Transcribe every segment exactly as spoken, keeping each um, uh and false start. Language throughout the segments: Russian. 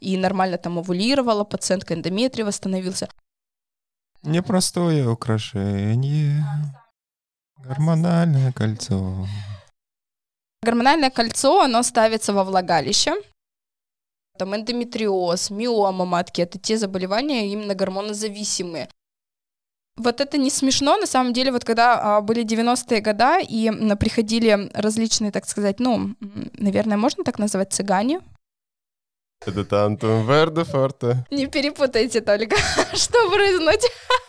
и нормально там овулировала, пациентка эндометрий восстановился. Непростое украшение, гормональное кольцо. Гормональное кольцо, оно ставится во влагалище. Там эндометриоз, миома матки – это те заболевания именно гормонозависимые. Вот это не смешно, на самом деле, вот когда а, были девяностые годы и м, приходили различные, так сказать, ну, наверное, можно так назвать, цыгане. Это тантум верде форте. Не перепутайте только, что брызнуть.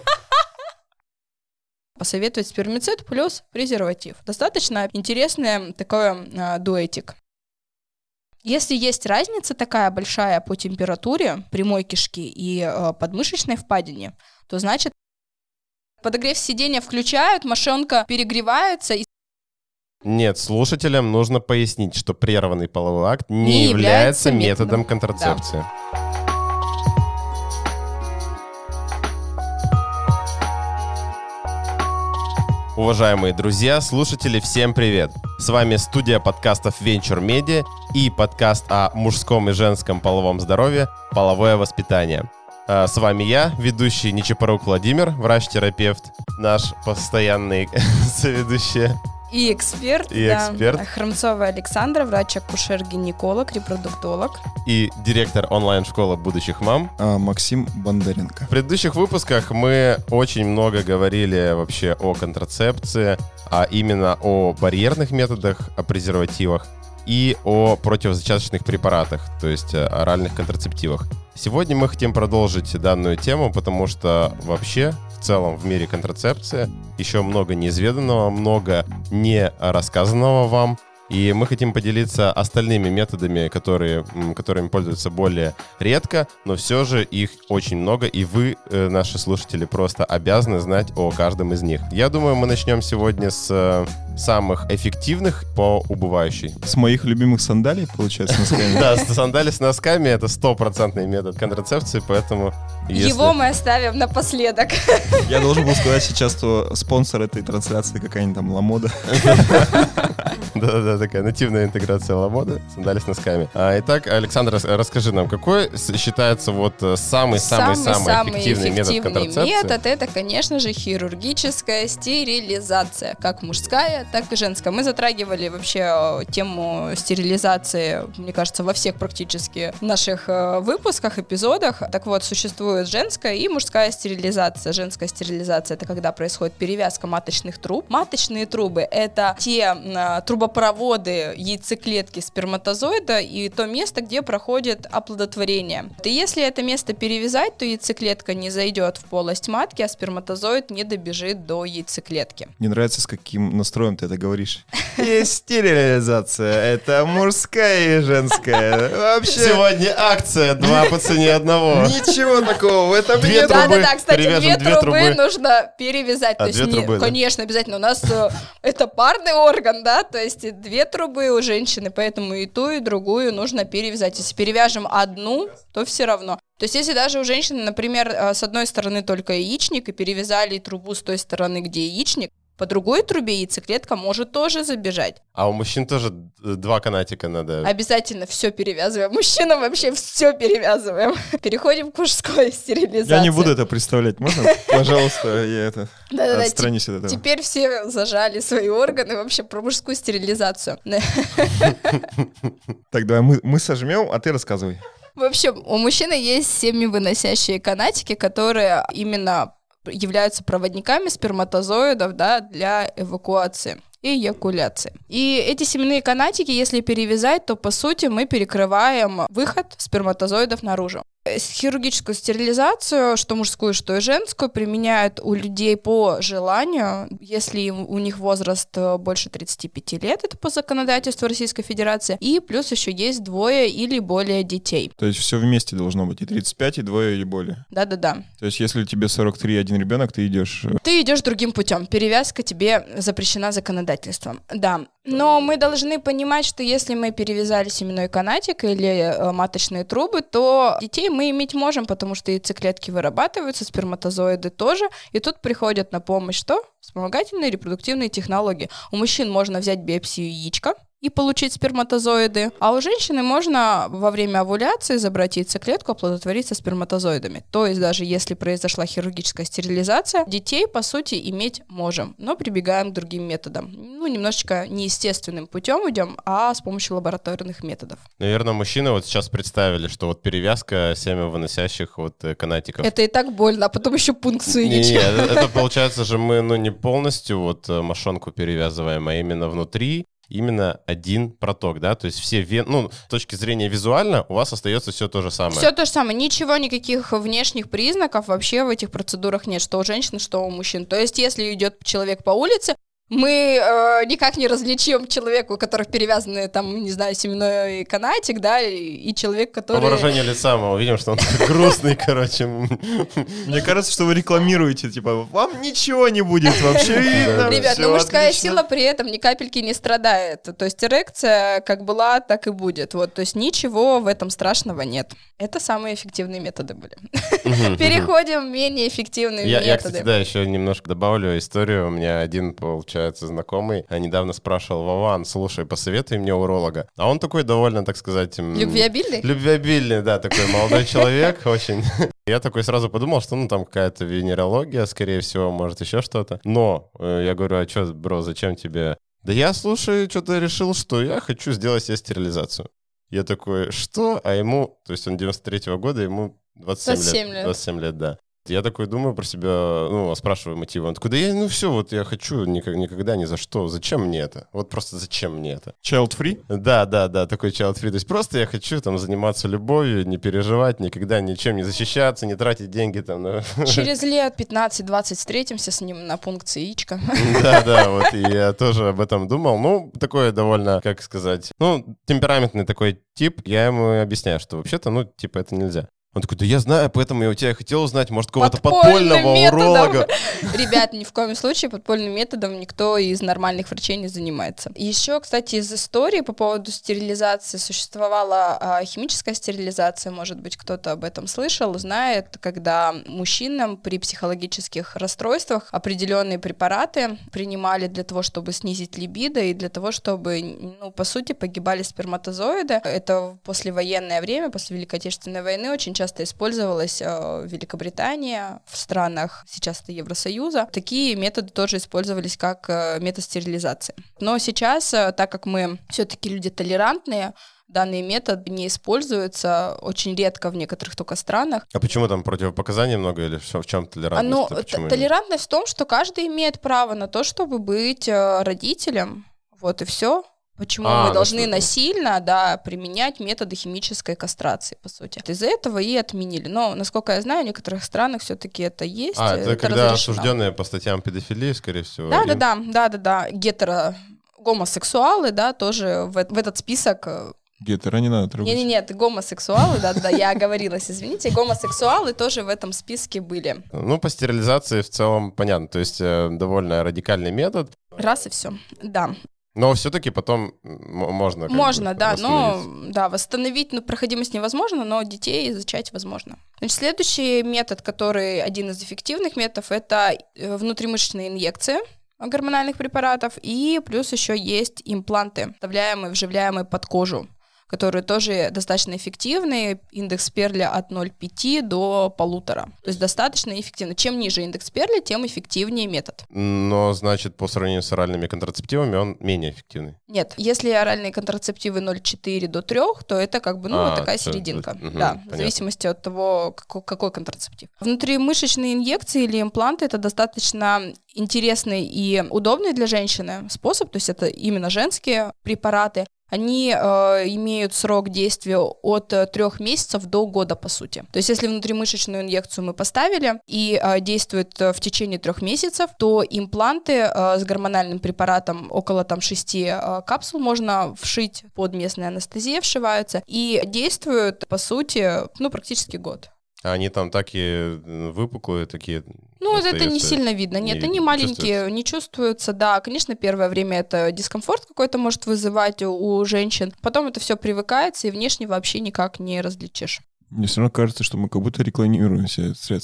Посоветовать спермицид плюс презерватив. Достаточно интересный такой а, дуэтик. Если есть разница такая большая по температуре прямой кишки и а, подмышечной впадине, то значит подогрев сидения включают, мошонка перегревается. И... Нет, слушателям нужно пояснить, что прерванный половой акт не, не является, является методом, методом контрацепции. Да. Уважаемые друзья, слушатели, всем привет! С вами студия подкастов Venture Media и подкаст о мужском и женском половом здоровье «Половое воспитание». С вами я, ведущий Нечапорук Владимир, врач-терапевт, наш постоянный соведущий. И эксперт, и да. эксперт. Хромцова Александра, врач-акушер-гинеколог, репродуктолог. И директор онлайн-школы будущих мам а, Максим Бондаренко. В предыдущих выпусках мы очень много говорили вообще о контрацепции, а именно о барьерных методах, о презервативах и о противозачаточных препаратах, то есть оральных контрацептивах. Сегодня мы хотим продолжить данную тему, потому что вообще в целом в мире контрацепции еще много неизведанного, много не рассказанного вам. И мы хотим поделиться остальными методами, которые, которыми пользуются более редко, но все же их очень много, и вы, наши слушатели, просто обязаны знать о каждом из них. Я думаю, мы начнем сегодня с самых эффективных по убывающей. С моих любимых сандалий, получается, носками? Да, сандали с носками — это стопроцентный метод контрацепции, поэтому... Его мы оставим напоследок. Я должен был сказать сейчас, что спонсор этой трансляции какая-нибудь там Ламода. Да-да-да, такая нативная интеграция Ламода, сандали с носками. А, итак, Александр, расскажи нам, какой считается вот самый-самый-самый эффективный метод контрацепции? Метод — это, конечно же, хирургическая стерилизация, как мужская, так и женская. Мы затрагивали вообще тему стерилизации, мне кажется, во всех практически наших выпусках, эпизодах. Так вот, существует женская и мужская стерилизация. Женская стерилизация — это когда происходит перевязка маточных труб. Маточные трубы — это те трубопроводы яйцеклетки сперматозоида и то место, где проходит оплодотворение. И если это место перевязать, то яйцеклетка не зайдет в полость матки, а сперматозоид не добежит до яйцеклетки. Мне нравится, с каким настроем ты это говоришь. Есть стерилизация, это мужская и женская. Вообще сегодня акция, два по цене одного. Ничего такого в этом нет. Да-да-да, кстати, две трубы нужно перевязать. А, две трубы, да? Конечно, обязательно. У нас это парный орган, да, то есть две трубы у женщины, поэтому и ту, и другую нужно перевязать. Если перевяжем одну, то все равно. То есть если даже у женщины, например, с одной стороны только яичник, и перевязали трубу с той стороны, где яичник, по другой трубе яйцеклетка может тоже забежать. А у мужчин тоже два канатика надо? Обязательно все перевязываем. Мужчинам вообще все перевязываем. Переходим к мужской стерилизации. Я не буду это представлять, можно? Пожалуйста, я это Да-да-да, отстранюсь от этого. Теперь все зажали свои органы вообще про мужскую стерилизацию. Так, давай мы, мы сожмем, а ты рассказывай. В общем, у мужчины есть семивыносящие канатики, которые именно являются проводниками сперматозоидов, да, для эвакуации и эякуляции. И эти семенные канатики, если перевязать, то, по сути, мы перекрываем выход сперматозоидов наружу. Хирургическую стерилизацию, что мужскую, что и женскую, применяют у людей по желанию, если у них возраст больше тридцати пяти лет, это по законодательству Российской Федерации, и плюс еще есть двое или более детей. То есть все вместе должно быть, и тридцать пять, и двое, или более. Да-да-да. То есть если тебе сорок три и один ребенок, ты идешь... Ты идешь другим путем, перевязка тебе запрещена законодательством, да. Но мы должны понимать, что если мы перевязали семенной канатик или э, маточные трубы, то детей мы иметь можем, потому что яйцеклетки вырабатываются, сперматозоиды тоже, и тут приходят на помощь что? Вспомогательные репродуктивные технологии. У мужчин можно взять биопсию яичка и получить сперматозоиды, а у женщины можно во время овуляции забрать яйцеклетку, оплодотвориться сперматозоидами. То есть даже если произошла хирургическая стерилизация, детей, по сути, иметь можем, но прибегаем к другим методам. Ну, немножечко неестественным путем идем, а с помощью лабораторных методов. Наверное, мужчины вот сейчас представили, что вот перевязка семявыносящих вот канатиков. Это и так больно, а потом еще пункцию лечим. Нет, это получается же мы, ну, не полностью вот мошонку перевязываем, а именно внутри. Именно один проток, да, то есть все вены, ну, с точки зрения визуально у вас остается все то же самое. Все то же самое, ничего, никаких внешних признаков вообще в этих процедурах нет, что у женщин, что у мужчин. То есть если идет человек по улице, мы э, никак не различим человека, у которого перевязаны, там, не знаю, семенной канатик, да, и, и человек, который... По выражению лица мы увидим, что он грустный, короче. Мне кажется, что вы рекламируете, типа, вам ничего не будет вообще видно. Ребят, но мужская сила при этом ни капельки не страдает. То есть эрекция как была, так и будет. Вот, то есть ничего в этом страшного нет. Это самые эффективные методы были. Переходим в менее эффективные методы. Я, кстати, да, еще немножко добавлю историю. У меня один, получается, знакомый недавно спрашивал: Вован, слушай, посоветуй мне уролога. А он такой довольно, так сказать... Любвеобильный? Любвеобильный, да, такой молодой человек, очень. Я такой сразу подумал, что ну там какая-то венерология, скорее всего, может еще что-то. Но я говорю: а что, бро, зачем тебе? Да я, слушай, что-то решил, что я хочу сделать себе стерилизацию. Я такой: что? А ему, то есть он девяносто третьего года, ему двадцать семь лет. двадцать семь лет, да. Я такой думаю про себя, ну, спрашиваю мотивы. Он такой: да я, ну все, вот я хочу, никогда, никогда ни за что. Зачем мне это? Вот просто зачем мне это? Child-free? Да, да, да, такой child-free. То есть просто я хочу там заниматься любовью, не переживать, никогда ничем не защищаться, не тратить деньги там. На... Через лет пятнадцать-двадцать встретимся с ним на пункции яичко. Да, да, вот и я тоже об этом думал. Ну, такое довольно, как сказать, ну, темпераментный такой тип. Я ему объясняю, что вообще-то, ну, типа, это нельзя. Он такой: да я знаю, поэтому я у тебя хотел узнать, может, какого-то подпольного методом. уролога. Ребят, ни в коем случае подпольным методом никто из нормальных врачей не занимается. Еще, кстати, из истории по поводу стерилизации существовала а, химическая стерилизация, может быть, кто-то об этом слышал, знает, когда мужчинам при психологических расстройствах определенные препараты принимали для того, чтобы снизить либидо и для того, чтобы, ну, по сути, погибали сперматозоиды. Это в послевоенное время, после Великой Отечественной войны, очень часто часто использовалась в Великобритании, в странах сейчас это Евросоюза. Такие методы тоже использовались как метод стерилизации. Но сейчас, так как мы все-таки люди толерантные, данный метод не используется очень редко в некоторых только странах. А почему там противопоказаний много или в чем толерантность? Ну, т- толерантность в том, что каждый имеет право на то, чтобы быть родителем. Вот и все. Почему а, мы должны насильно, да, применять методы химической кастрации, по сути. Из-за этого и отменили. Но, насколько я знаю, в некоторых странах все-таки это есть. А, это, это когда разрешено. Осужденные по статьям педофилии, скорее всего. Да, да, да, да, да, да. Гетеро, гомосексуалы, да, тоже в, в этот список. Гетеро не надо трогать. Нет, нет, гомосексуалы, да-да, я оговорилась, извините, гомосексуалы тоже в этом списке были. Ну, по стерилизации в целом понятно, то есть э, довольно радикальный метод. Раз и все, да. Но все-таки потом можно... Можно, бы, да, но да, восстановить, ну, проходимость невозможно, но детей зачать возможно. Значит, следующий метод, который один из эффективных методов, это внутримышечная инъекция гормональных препаратов, и плюс еще есть импланты, вставляемые, вживляемые под кожу, которые тоже достаточно эффективны, индекс Перля от ноль целых пять десятых до полутора. То есть достаточно эффективно. Чем ниже индекс Перля, тем эффективнее метод. Но, значит, по сравнению с оральными контрацептивами он менее эффективный? Нет. Если оральные контрацептивы ноль целых четыре десятых до трёх, то это как бы, ну, а, вот такая все, серединка. Угу, да, понятно. В зависимости от того, какой, какой контрацептив. Внутримышечные инъекции или импланты — это достаточно интересный и удобный для женщины способ, то есть это именно женские препараты. Они э, имеют срок действия от трех месяцев до года, по сути. То есть если внутримышечную инъекцию мы поставили и э, действует в течение трех месяцев, то импланты э, с гормональным препаратом около там шести э, капсул можно вшить, под местной анестезией вшиваются, и действуют, по сути, ну, практически год. А они там такие выпуклые, такие... Ну, это не сильно видно. Нет, не они видно, маленькие, чувствуются. Не чувствуются. Да, конечно, первое время это дискомфорт какой-то может вызывать у, у женщин. Потом это все привыкается, и внешне вообще никак не различишь. Мне все равно кажется, что мы как будто рекламируем все средства.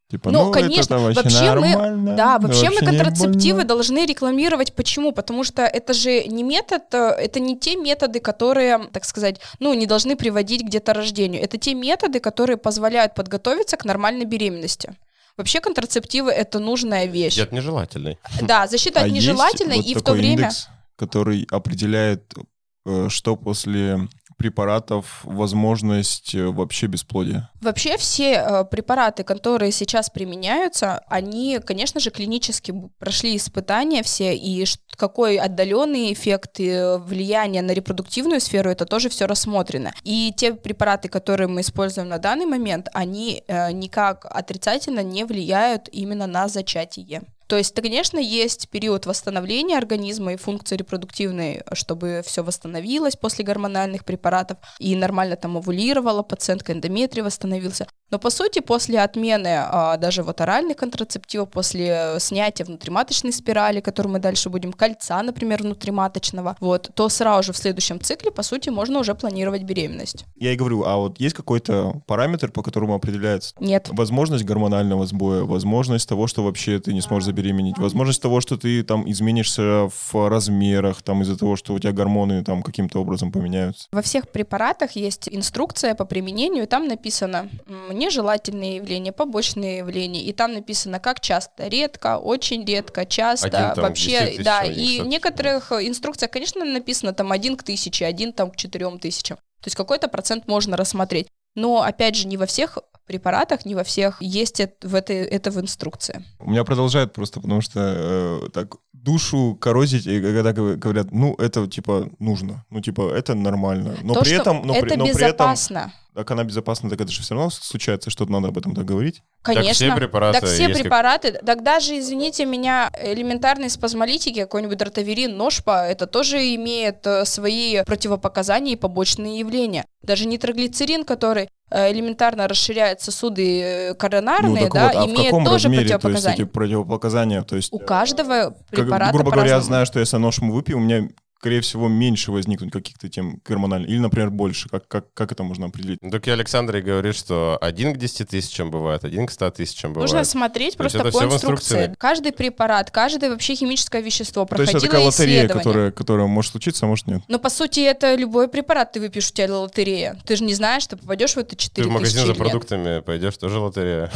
Типа, Ну, ну, конечно, это вообще, вообще мы- нормально. Да, вообще мы вообще не контрацептивы больно. должны рекламировать. Почему? Потому что это же не метод, э, это не те методы, которые, так сказать, ну, не должны приводить к деторождению. Это те методы, которые позволяют подготовиться к нормальной беременности. Вообще контрацептивы — это нужная вещь. Дед нежелательный. Да, защита от А есть нежелательной, вот и в то такой время... индекс, который определяет, э, что после препаратов возможность э, вообще бесплодия. Вообще все э, препараты, которые сейчас применяются, они, конечно же, клинически б- прошли испытания все, и ш- какой отдаленный эффект и влияние на репродуктивную сферу, это тоже все рассмотрено. И те препараты, которые мы используем на данный момент, они э, никак отрицательно не влияют именно на зачатие. То есть, конечно, есть период восстановления организма и функции репродуктивной, чтобы все восстановилось после гормональных препаратов и нормально там овулировала, пациентка эндометрий восстановился. Но, по сути, после отмены а, даже вот оральных контрацептивов, после снятия внутриматочной спирали, которую мы дальше будем, кольца, например, внутриматочного, вот, то сразу же в следующем цикле, по сути, можно уже планировать беременность. Я и говорю, а вот есть какой-то параметр, по которому определяется Нет. возможность гормонального сбоя, возможность того, что вообще ты не сможешь забеременеть, возможность того, что ты там изменишься в размерах, там из-за того, что у тебя гормоны там каким-то образом поменяются. Во всех препаратах есть инструкция по применению, и там написано м, нежелательные явления, побочные явления, и там написано, как часто, редко, очень редко, часто, Один там к вообще, десяти тысячам, да, один к и ста в некоторых инструкциях, конечно, написано там один к тысяче, один там к четырем тысячам, то есть какой-то процент можно рассмотреть, но, опять же, не во всех препаратах, не во всех есть это в, этой, это в инструкции. У меня продолжает просто, потому что э, так душу коррозить, и когда гов- говорят, ну, это, типа, нужно, ну, типа, это нормально, но То, при что этом... Но это при, но при этом, безопасно. так она безопасна, так это же все равно случается, что-то надо об этом так говорить. Конечно. Так все препараты Так все есть как- препараты. Так даже, извините меня, элементарные спазмолитики, какой-нибудь дротаверин, ношпа, это тоже имеет э, свои противопоказания и побочные явления. Даже нитроглицерин, который э, элементарно расширяет сосуды э, коронарные, ну, так да, вот, а в имеет каком тоже размере, то есть противопоказания. эти противопоказания? То есть, У каждого как, препарата грубо говоря, я по-разному. знаю, что если я ношему выпью, у меня, скорее всего, меньше возникнут каких-то тем гормональных, или, например, больше. Как, как, как это можно определить? Ну, так и Александр и говорит, что один к десяти тысячам бывает, один к ста тысячам бывает. Нужно смотреть То есть просто это по всё в инструкции. инструкции. Каждый препарат, каждое вообще химическое вещество То есть проходило это такая лотерея, исследование. которая, которая может случиться, а может нет. Но по сути это любой препарат ты выпьешь, у тебя лотерея. Ты же не знаешь, что попадешь в это Ты четыре в магазин тысячи за или нет. продуктами пойдешь, тоже лотерея.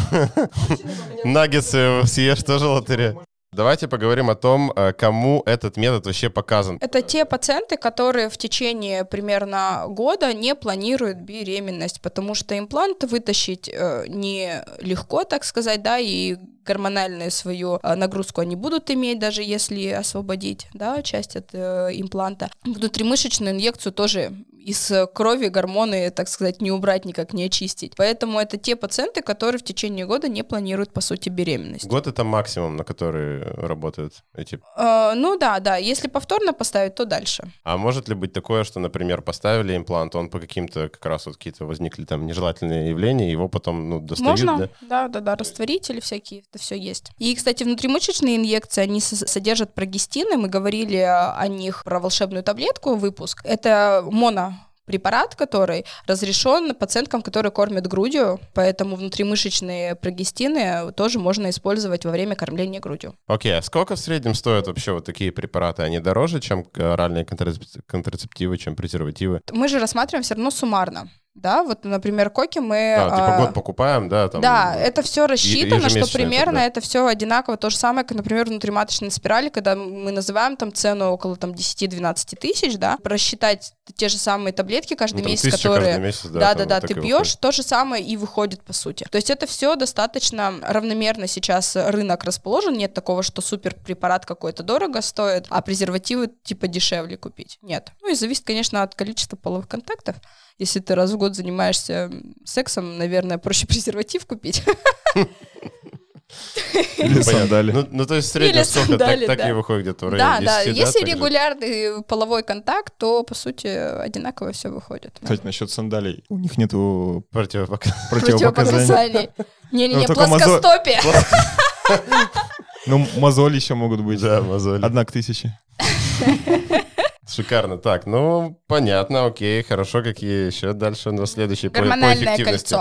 Наггетсы съешь, тоже лотерея. Давайте поговорим о том, э, кому этот метод вообще показан. Это те пациенты, которые в течение примерно года не планируют беременность, потому что имплант вытащить э, не легко, так сказать, да, и гормональную свою э, нагрузку они будут иметь, даже если освободить, да, часть от э, импланта. Внутримышечную инъекцию тоже из крови гормоны, так сказать, не убрать никак, не очистить. Поэтому это те пациенты, которые в течение года не планируют, по сути, беременность. Год — это максимум, на который работают эти. Э, ну да, да, если повторно поставить, то дальше. А может ли быть такое, что, например, поставили имплант, он по каким-то как раз вот какие-то возникли там нежелательные явления, его потом, ну, достают, Можно, да? да, да, да, растворители всякие, это все есть. И, кстати, внутримышечные инъекции, они с- содержат прогестины, мы говорили о них про волшебную таблетку, выпуск. Это монопрепарат, который разрешен пациенткам, которые кормят грудью, поэтому внутримышечные прогестины тоже можно использовать во время кормления грудью. Окей, а сколько в среднем стоят вообще вот такие препараты? Они дороже, чем оральные контрацеп- контрацептивы, чем презервативы? Мы же рассматриваем все равно суммарно. Да, вот, например, коки мы... Да, типа а, год покупаем, да? Там, Да, это все рассчитано, что ежемесячно примерно это, да. это все одинаково. То же самое, как, например, внутриматочные спирали, когда мы называем там цену около там, десять-двенадцать тысяч, да, просчитать те же самые таблетки каждый Ну, там месяц, тысяча которые... каждый месяц, да, Да, там да, да, вот ты так и пьешь, выходит. то же самое и выходит по сути. То есть это все достаточно равномерно сейчас рынок расположен, нет такого, что супер препарат какой-то дорого стоит, а презервативы типа дешевле купить. Нет. Ну и зависит, конечно, от количества половых контактов. Если ты раз в год занимаешься сексом, наверное, проще презерватив купить. Или сандали. Ну, ну, то есть в среднем Или сколько, сандали, так, так да. и выходит где-то в районе Да, да, десяти, если так же? регулярный половой контакт, то, по сути, одинаково все выходит. Кстати, насчет сандалий. У них нету Противопока- противопоказаний. Противопоказаний. Не-не-не, Ну, только мозо- плоскостопие. Ну, мозоли еще могут быть. Да, мозоли. Одна к тысяче. Шикарно. Так, ну, понятно, окей, хорошо. Какие еще дальше у нас следующие по, по Гормональное эффективности? кольцо.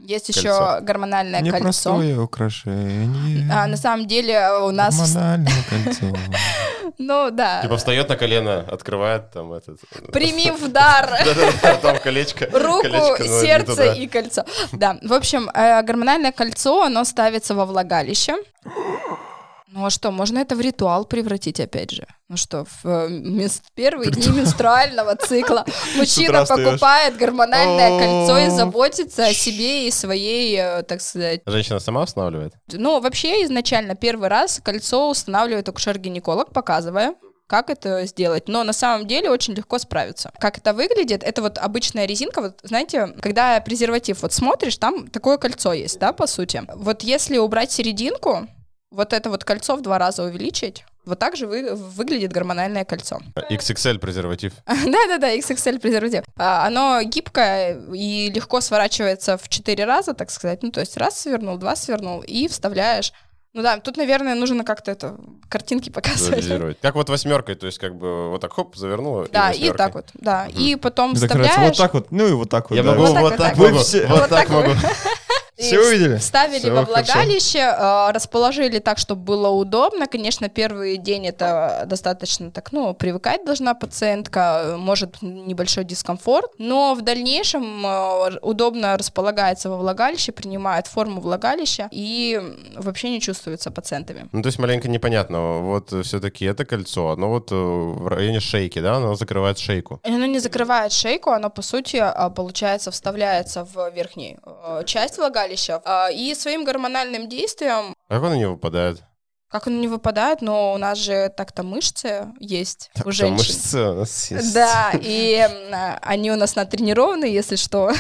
Есть Кольцо. еще гормональное кольцо. Непростое украшение. А, на самом деле у нас... Гормональное кольцо. Ну, да. Типа встает на колено, открывает там этот... Прими в дар. Да-да-да, там колечко. Руку, колечко, но не сердце туда. и кольцо. Да, в общем, э, гормональное кольцо, оно ставится во влагалище. Ну а что, можно это в ритуал превратить, опять же. Ну что, в э, мес- первые дни менструального цикла мужчина покупает гормональное кольцо и заботится о себе и своей, э, так сказать... Женщина сама устанавливает? Ну, вообще, изначально первый раз кольцо устанавливает акушер-гинеколог, показывая, как это сделать. Но на самом деле очень легко справиться. Как это выглядит? Это вот обычная резинка. Вот знаете, когда презерватив вот смотришь, там такое кольцо есть, да, по сути. Вот если убрать серединку, вот это вот кольцо в два раза увеличить, вот так же вы, выглядит гормональное кольцо. икс икс эль презерватив. Да-да-да, икс икс эль презерватив. А, оно гибкое и легко сворачивается в четыре раза, так сказать. Ну, то есть раз свернул, два свернул и вставляешь. Ну да, тут, наверное, нужно как-то это картинки показывать. Визуализировать. Как вот восьмеркой, то есть как бы вот так хоп, завернула. Да, и, и так вот, да. Мгм. И потом Мне так вставляешь... нравится, вот так вот, ну и вот так вот. Я да. могу Вот так, вот вот так так. могу. Вы все- Вот вот так так могу. И Все увидели? Вставили Всё, во хорошо. влагалище, э, расположили так, чтобы было удобно. Конечно, первый день это достаточно так, ну, привыкать должна пациентка, может небольшой дискомфорт, но в дальнейшем э, удобно располагается во влагалище, принимает форму влагалища и вообще не чувствуется пациентами. Ну, то есть маленько непонятно. Вот все-таки это кольцо, оно вот э, в районе шейки, да, оно закрывает шейку. Оно не закрывает шейку, оно, по сути, а, получается, вставляется в верхнюю э, часть влагалища. А, И своим гормональным действием, Как оно не выпадает? как оно не выпадает, но у нас же так-то мышцы есть у Там женщин. мышцы у нас есть. Да, и м, они у нас натренированы, если что.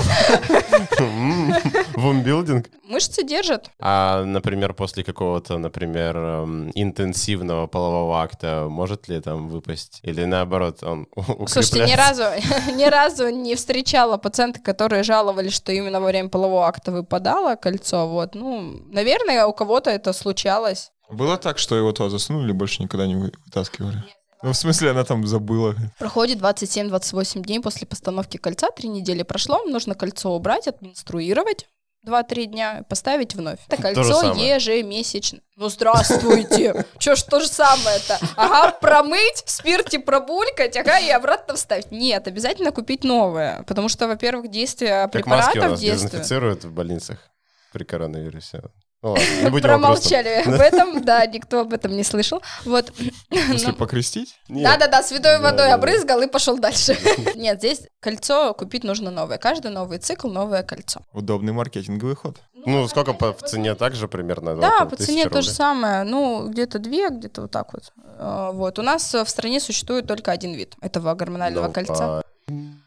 Вумбилдинг. Мышцы держат. А, например, после какого-то, например, эм, интенсивного полового акта может ли там выпасть? Или наоборот, он укрепляется? Слушайте, ни разу, ни разу не встречала пациентов, которые жаловались, что именно во время полового акта выпадало кольцо. Вот, ну, наверное, у кого-то это случалось. Было так, что его туда засунули, больше никогда не вы- вытаскивали? Ну, в смысле, она там забыла. Проходит двадцать семь - двадцать восемь дней после постановки кольца, три недели прошло, нужно кольцо убрать, отменструировать два-три дня, поставить вновь. Это То же кольцо самое. ежемесячно. Ну, здравствуйте! Чё ж то же самое-то? Ага, промыть, в спирте пробулькать, ага, и обратно вставить. Нет, обязательно купить новое, потому что, во-первых, действие Как маски у препаратов нас действует. дезинфицируют в больницах при коронавирусе. Ну ладно, не будем о Промолчали об этом, да, никто об этом не слышал. Вот. Если Ну, покрестить? грустном. Нет. Да-да-да, святой Да, водой да, да. обрызгал и пошел дальше. Нет, здесь кольцо купить нужно новое. Каждый новый цикл — новое кольцо. Удобный маркетинговый ход. Ну, сколько по в цене также примерно? Да, около по тысячи цене то же рублей? самое. Ну, где-то две, где-то вот так вот. А, Вот. У нас в стране существует только один вид этого гормонального Ну, кольца. а,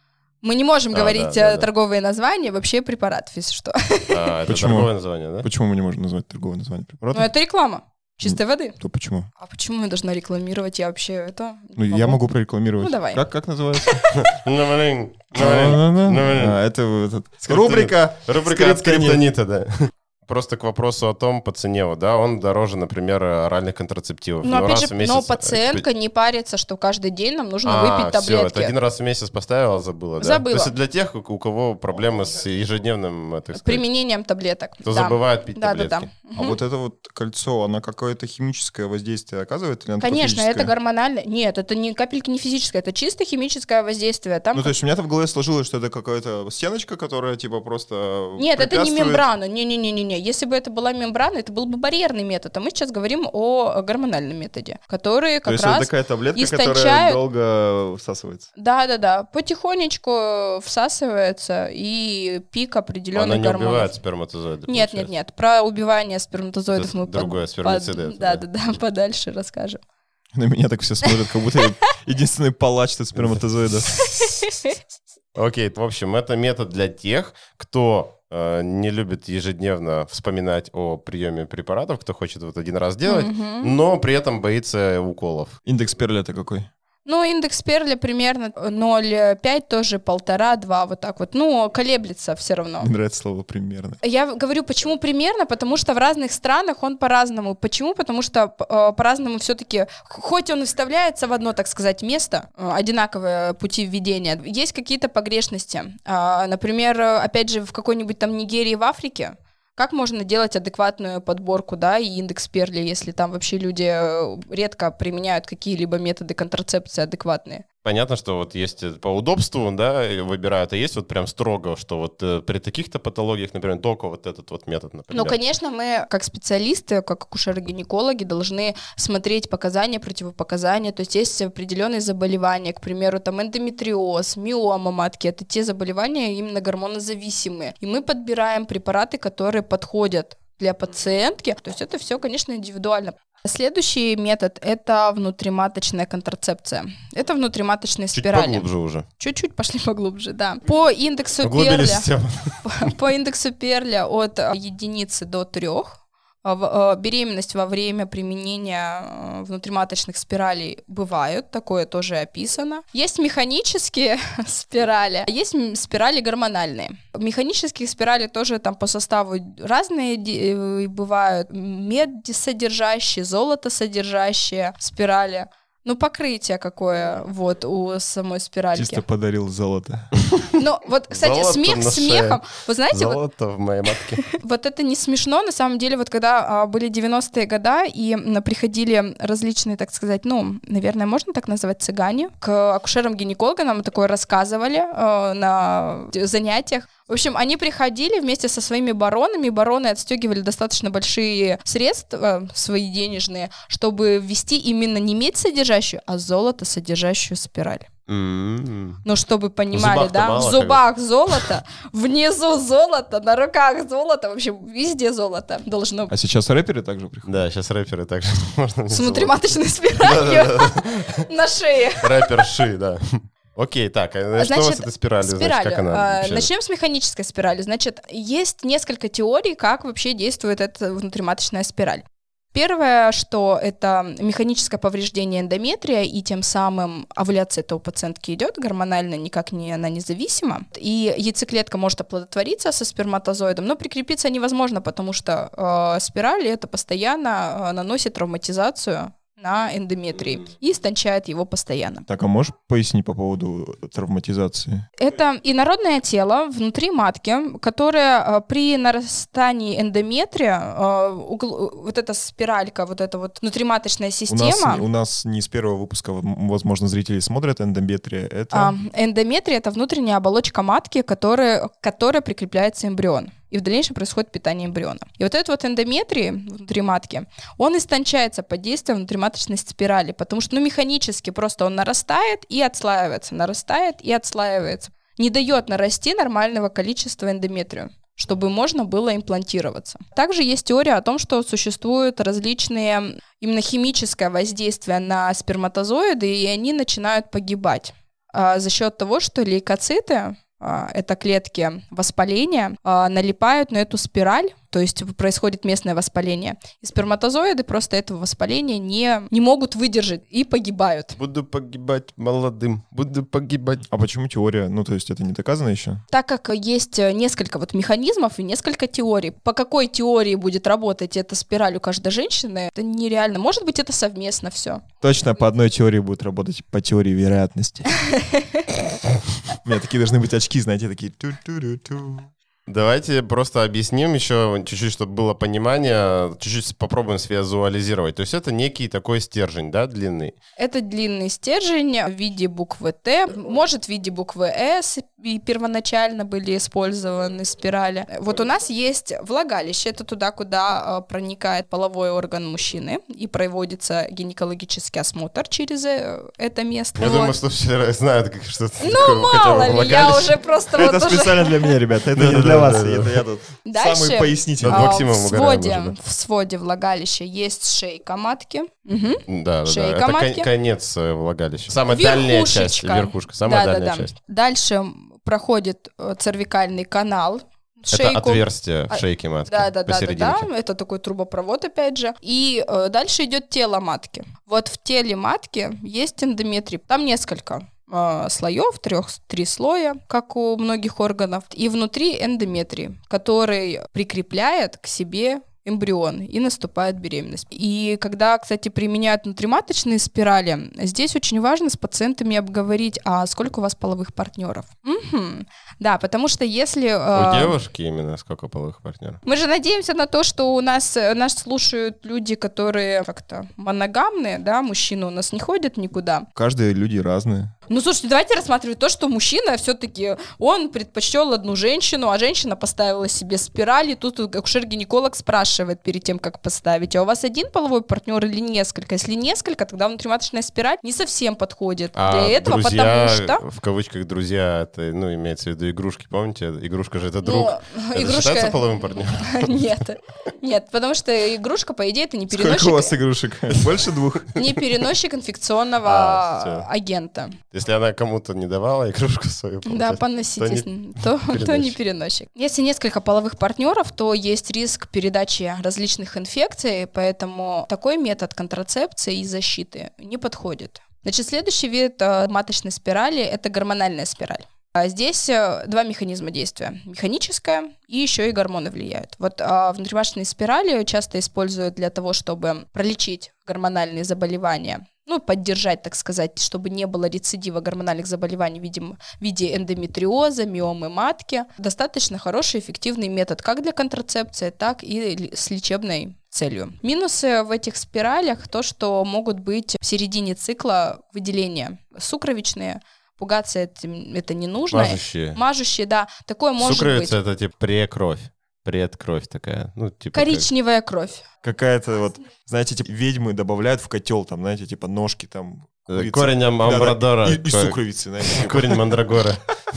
Мы не можем А, говорить да, да, э, да. торговые названия, вообще препаратов, если что. а, это Почему? торговое название, да? Почему мы не можем назвать торговое название Ну, препарата? это реклама. Чистой воды. То почему? А почему я должна рекламировать? Я вообще это... Ну, я могу прорекламировать. Ну, давай. Как, как называется? Ну, блин, ну, блин, ну, блин. А, это вот этот- Скриптонит. рубрика Рубрика от «Скриптонит». скриптонита, да. Просто к вопросу о том, по цене, вот, да, он дороже, например, оральных контрацептивов. Но Ну, опять раз же, в месяц, но э, пациентка не парится, что каждый день нам нужно А, выпить всё, это таблетки. один раз в месяц поставила, забыла, да? Забыла. То есть это для тех, у у кого проблемы с ежедневным, э, так сказать, Применением таблеток. кто Да. забывает пить Да, да, таблетки. да. А вот это вот кольцо, оно какое-то химическое воздействие оказывает или оно Конечно, это физическое? гормональное. Нет, это ни капельки не физическое, это чисто химическое воздействие. Там Ну, то есть у меня-то в голове сложилось, что это какая-то стеночка, которая типа просто Нет, это не препятствует. мембрана. Не-не-не-не. Если бы это была мембрана, это был бы барьерный метод. А мы сейчас говорим о гормональном методе, который То как есть это раз... такая таблетка, которая истончают- долго всасывается. Да-да-да, потихонечку всасывается, и пик Она определенных не гормонов. убивает сперматозоиды. Нет, нет, нет. Про убивание сперматозоидов Это мы другое, под- спермициды под- это, Да, да. да, да, подальше расскажем. На меня так все смотрят, как будто я единственный палач от сперматозоидов. Окей, в общем, это метод для тех, кто э, не любит ежедневно вспоминать о приеме препаратов, кто хочет вот один раз делать, Мгм. но при этом боится уколов. Индекс Перля это какой? Ну, индекс Перля примерно ноль целых пять, тоже полтора-два, вот так вот. Ну, колеблется все равно. Мне нравится слово «примерно». Я говорю, почему примерно, потому что в разных странах он по-разному. Почему? Потому что э, по-разному все-таки, хоть он и вставляется в одно, так сказать, место, э, одинаковые пути введения, есть какие-то погрешности. Э, например, опять же, в какой-нибудь там Нигерии, в Африке, как можно делать адекватную подборку, да, и индекс Перля, если там вообще люди редко применяют какие-либо методы контрацепции адекватные? Понятно, что вот есть по удобству, да, выбирают, а есть вот прям строго, что вот э, при таких-то патологиях, например, только вот этот вот метод, например. Ну, конечно, мы как специалисты, как акушеры-гинекологи должны смотреть показания, противопоказания, то есть есть определенные заболевания, к примеру, там эндометриоз, миома матки, это те заболевания именно гормонозависимые, и мы подбираем препараты, которые подходят для пациентки, то есть это все, конечно, индивидуально. Следующий метод — это внутриматочная контрацепция. Это внутриматочные Чуть спирали. поглубже уже. Чуть-чуть пошли поглубже, да. По индексу Перля, по, по индексу Перля от единицы до трех. Беременность во время применения внутриматочных спиралей бывают, такое тоже описано. Есть механические спирали, есть спирали гормональные. Механические спирали тоже там по составу разные бывают, медсодержащие, золотосодержащие спирали. Ну, покрытие какое вот у самой спиральки. Чисто подарил золото. Ну, вот, кстати, Золото смех смехом. Вы знаете, золото вот, в моей матке. Вот это не смешно, на самом деле, вот когда а, были девяностые годы, и м, приходили различные, так сказать, ну, наверное, можно так называть, цыгане, к акушерам-гинекологам, нам такое рассказывали а, на занятиях. В общем, они приходили вместе со своими баронами, бароны отстегивали достаточно большие средства, свои денежные, чтобы ввести именно не медь содержащую, а золото содержащую спираль. Mm-hmm. Ну, чтобы понимали, да, мало, в зубах золото, внизу золото, на руках золото, в общем, везде золото должно быть. А сейчас рэперы также приходят? Да, сейчас рэперы также можно. С внутриматочной спиралью на шее. Рэпер Ши, да. Окей, так, а что у вас эта спираль? Значит, как она а, начнем с механической спирали. Значит, есть несколько теорий, как вообще действует эта внутриматочная спираль. Первое, что это механическое повреждение эндометрия, и тем самым овуляция этого пациентки идет, гормонально никак не, она независима, и яйцеклетка может оплодотвориться со сперматозоидом, но прикрепиться невозможно, потому что э, спираль это постоянно э, наносит травматизацию на эндометрии и истончает его постоянно. Так, а можешь пояснить по поводу травматизации? Это инородное тело внутри матки, которое э, при нарастании эндометрия, э, угл, вот эта спиралька, вот эта вот внутриматочная система... У нас, у нас не с первого выпуска, возможно, зрители смотрят эндометрия. Это... А, эндометрия — это внутренняя оболочка матки, которая, к которой прикрепляется эмбрион. И в дальнейшем происходит питание эмбриона. И вот этот вот эндометрий внутри матки, он истончается под действием внутриматочной спирали, потому что, ну, механически просто он нарастает и отслаивается, нарастает и отслаивается. Не дает нарасти нормального количества эндометрию, чтобы можно было имплантироваться. Также есть теория о том, что существуют различные именно химическое воздействие на сперматозоиды, и они начинают погибать а, за счет того, что лейкоциты, это клетки воспаления, налипают на эту спираль, то есть происходит местное воспаление. И сперматозоиды просто этого воспаления не, не могут выдержать и погибают. Буду погибать молодым, буду погибать. А почему теория? Ну, то есть это не доказано еще? Так как есть несколько вот механизмов и несколько теорий, по какой теории будет работать эта спираль у каждой женщины, это нереально. Может быть, это совместно все. Точно по одной теории будет работать, по теории вероятности. У меня такие должны быть очки, знаете, такие... Давайте просто объясним еще чуть-чуть, чтобы было понимание, чуть-чуть попробуем связуализировать. То есть это некий такой стержень, да, длинный? Это длинный стержень в виде буквы Т, может в виде буквы С, и первоначально были использованы спирали. Вот у нас есть влагалище, это туда, куда проникает половой орган мужчины, и проводится гинекологический осмотр через это место. Я вот. думаю, слушатели знают, как что-то Ну, такое, мало ли, я уже просто... Это вот специально уже... для меня, ребята, это не для вас, это я тут Дальше, самый пояснительный. Над а, Максимом в, угораем своде, уже, да. в своде влагалища есть шейка матки. Угу. Да, да, Шейка да. Это матки. кон- конец э, влагалища. Самая дальняя часть, верхушка, самая да, дальняя да, да. часть. Дальше проходит э, цервикальный канал, шейку. Это отверстие в А, шейке матки. Да, да, да, да, да. посерединке. Это такой трубопровод, опять же. И э, дальше идет тело матки. Вот в теле матки есть эндометрий. Там несколько э, слоев, трех, три слоя, как у многих органов. И внутри эндометрий, который прикрепляет к себе эмбрион, и наступает беременность. И когда, кстати, применяют внутриматочные спирали, здесь очень важно с пациентами обговорить, а сколько у вас половых партнеров. Угу. Да, потому что если... У э, девушки именно сколько половых партнеров? Мы же надеемся на то, что у нас, нас слушают люди, которые как-то моногамные, да, мужчины у нас не ходят никуда. Каждые люди разные. Ну, слушайте, давайте рассматривать то, что мужчина все-таки, он предпочел одну женщину, а женщина поставила себе спираль, и тут акушер-гинеколог спрашивает перед тем, как поставить, а у вас один половой партнер или несколько? Если несколько, тогда внутриматочная спираль не совсем подходит А для этого, друзья, потому что... в кавычках друзья, это, ну, имеется в виду игрушки, помните? Игрушка же это друг. Ну, Это игрушка... считается половым партнером? Нет, нет, потому что игрушка, по идее, это не Сколько у переносчик, вас игрушек? Больше двух? не переносчик инфекционного А, всё. агента. Если она кому-то не давала игрушку свою, Да, получается, поноситесь, то не то, то, переносчик. не переносчик. Если несколько половых партнеров, то есть риск передачи различных инфекций, поэтому такой метод контрацепции и защиты не подходит. Значит, следующий вид э, маточной спирали – это гормональная спираль. А здесь э, два механизма действия. Механическая и еще и гормоны влияют. Вот э, внутриматочные спирали часто используют для того, чтобы пролечить гормональные заболевания, ну, поддержать, так сказать, чтобы не было рецидива гормональных заболеваний в виде, в виде эндометриоза, миомы матки. Достаточно хороший, эффективный метод как для контрацепции, так и с лечебной целью. Минусы в этих спиралях то, что могут быть в середине цикла выделения сукровичные. Пугаться этим это не нужно. Мажущие. Мажущие, да. Такое может Сукровица быть. это типа прекровь. Предкровь такая. Ну, типа Коричневая кровь. Какая-то вот, знаете, типа ведьмы добавляют в котел, там, знаете, типа ножки там. как... курицы. Корень ам- амбрадора. Да-да, И, и Ко- сукровицы, знаете. типа. Корень мандрагора.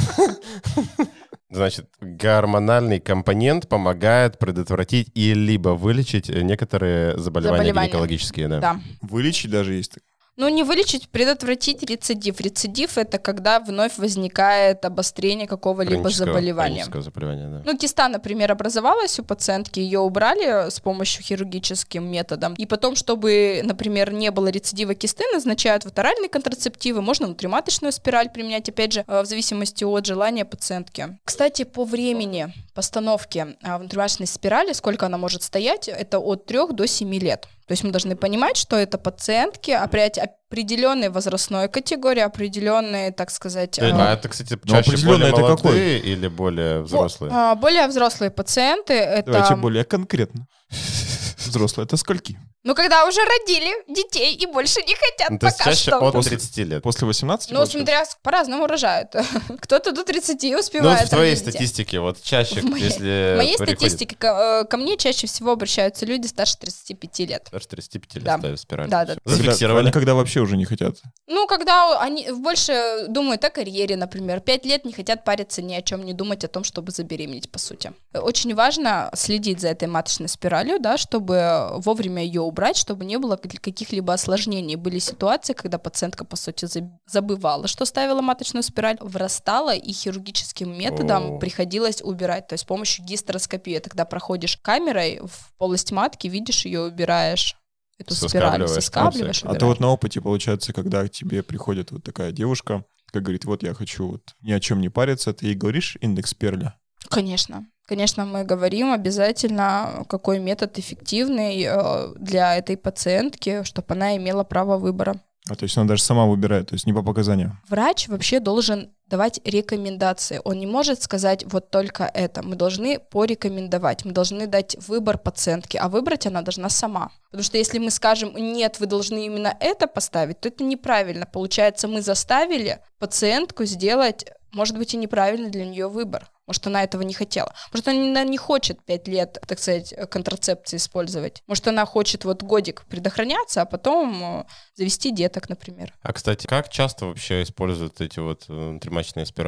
Значит, гормональный компонент помогает предотвратить и либо вылечить некоторые заболевания, Заболевания. гинекологические. Да. Да. Вылечить даже есть. Ну, не вылечить, предотвратить рецидив. Рецидив — это когда вновь возникает обострение какого-либо Хронического- заболевания. хронического заболевания, да. Ну, киста, например, образовалась у пациентки, ее убрали с помощью хирургическим методом. И потом, чтобы, например, не было рецидива кисты, назначают ваторальные контрацептивы, можно внутриматочную спираль применять, опять же, в зависимости от желания пациентки. Кстати, по времени постановки внутриматочной спирали, сколько она может стоять, это от трёх до семи лет. То есть мы должны понимать, что это пациентки опять определенной возрастной категории, определенные, так сказать... А э, это, кстати, Ну, чаще определенно более это молодые или более взрослые? а, более взрослые пациенты, это... Давайте более конкретно. Взрослые, это скольки? Ну, когда уже родили детей и больше не хотят Ну, то есть пока чаще что. от После- тридцати лет. После восемнадцати? Ну, получается? смотря, с- по-разному рожают. Кто-то до тридцати Ну, успевает. в твоей родить детей. статистике, вот чаще, В моей- если В моей приходит- статистике ко, э, ко мне чаще всего обращаются люди старше тридцати пяти лет. Старше тридцати пяти лет Да. ставят спираль. Да, да. Всё. Когда- Зафиксировали. Они когда вообще уже не хотят. Ну, когда они больше думают о карьере, например. Пять лет не хотят париться ни о чем, не думать о том, чтобы забеременеть, по сути. Очень важно следить за этой маточной спиралью, да, чтобы вовремя ее убрать, чтобы не было каких-либо осложнений. Были ситуации, когда пациентка, по сути, за- забывала, что ставила маточную спираль, врастала, и хирургическим методом О. приходилось убирать. То есть с помощью гистероскопии. Это когда проходишь камерой в полость матки, видишь ее, убираешь. Эту спираль Соскабливаешь, соскабливаешь, там А убираешь. то вот на опыте получается, когда к тебе приходит вот такая девушка, как говорит, вот я хочу вот ни о чем не париться, ты ей говоришь индекс Перля? Конечно. Конечно, мы говорим обязательно, какой метод эффективный э, для этой пациентки, чтобы она имела право выбора. А то есть она даже сама выбирает, то есть не по показаниям. Врач вообще должен давать рекомендации. Он не может сказать вот только это. Мы должны порекомендовать, мы должны дать выбор пациентке, а выбрать она должна сама. Потому что если мы скажем, нет, вы должны именно это поставить, то это неправильно. Получается, мы заставили пациентку сделать, может быть, и неправильный для нее выбор. Может, она этого не хотела. Может, она не хочет пять лет, так сказать, контрацепции использовать. Может, она хочет вот годик предохраняться, а потом э, завести деток, например. А, кстати, как часто вообще используют эти вот э, внутриматочные спирали?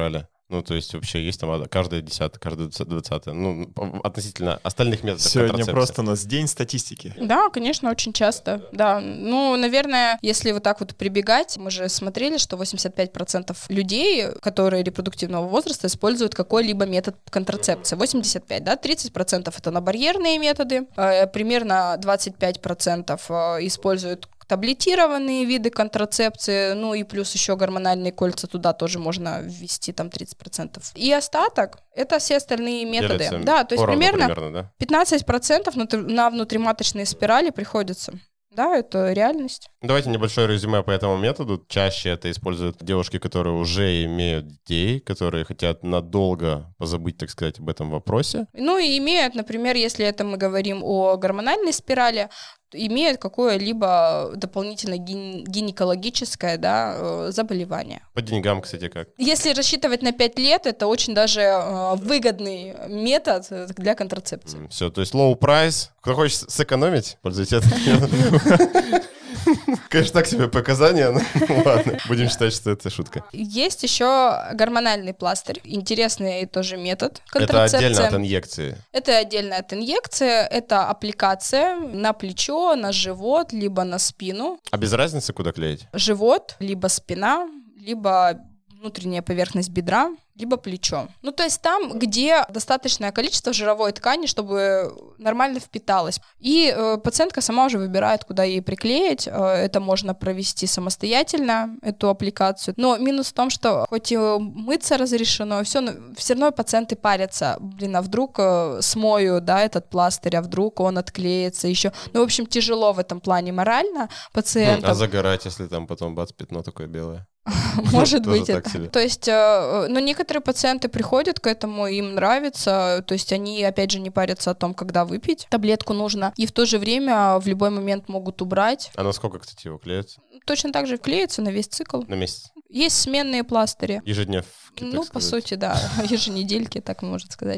Ну, то есть вообще есть там каждая десятая, каждая двадцатая, ну, относительно остальных методов Сегодня контрацепции. просто у нас день статистики. Да, конечно, очень часто, да. Ну, наверное, если вот так вот прибегать, мы же смотрели, что восемьдесят пять процентов людей, которые репродуктивного возраста, используют какой-либо метод контрацепции. восемьдесят пять, да, тридцать процентов это на барьерные методы, э, примерно двадцать пять процентов э, используют таблетированные виды контрацепции, ну и плюс еще гормональные кольца туда тоже можно ввести, там тридцать процентов. И остаток — это все остальные методы. Делится Да, то есть поровну примерно, примерно, да? пятнадцать процентов на внутриматочные спирали приходится. Да, это реальность. Давайте небольшое резюме по этому методу. Чаще это используют девушки, которые уже имеют детей, которые хотят надолго позабыть, так сказать, об этом вопросе. Ну и имеют, например, если это мы говорим о гормональной спирали, имеют какое-либо дополнительное ген- гинекологическое, да, заболевание. По деньгам, кстати, как? Если рассчитывать на пять лет, это очень даже э, выгодный метод для контрацепции. Все, то есть low price. Кто хочет сэкономить, пользуйтесь этим. Конечно, так себе показания, но ладно, будем считать, что это шутка. Есть еще гормональный пластырь. Интересный тоже метод контрацепции. Это отдельно от инъекции. Это отдельно от инъекции. Это аппликация на плечо, на живот, либо на спину. А без разницы, куда клеить? Живот, либо спина, либо внутренняя поверхность бедра, либо плечо. Ну, то есть там, где достаточное количество жировой ткани, чтобы нормально впиталось. И э, пациентка сама уже выбирает, куда ей приклеить. Э, это можно провести самостоятельно, эту аппликацию. Но минус в том, что хоть и мыться разрешено, все, все равно пациенты парятся. Блин, а вдруг э, смою, да, этот пластырь, а вдруг он отклеится еще. Ну, в общем, тяжело в этом плане морально пациентам. А загорать, если там потом бац, пятно такое белое? Может быть, так это. себе. То есть, э, ну, некоторые пациенты приходят к этому, им нравится, то есть они, опять же, не парятся о том, когда выпить таблетку нужно, и в то же время в любой момент могут убрать. А на сколько, кстати, его клеятся? Точно так же клеится на весь цикл. На месяц? Есть сменные пластыри. Ежедневки, Ну, так по сказать. сути, да, еженедельки, так можно сказать.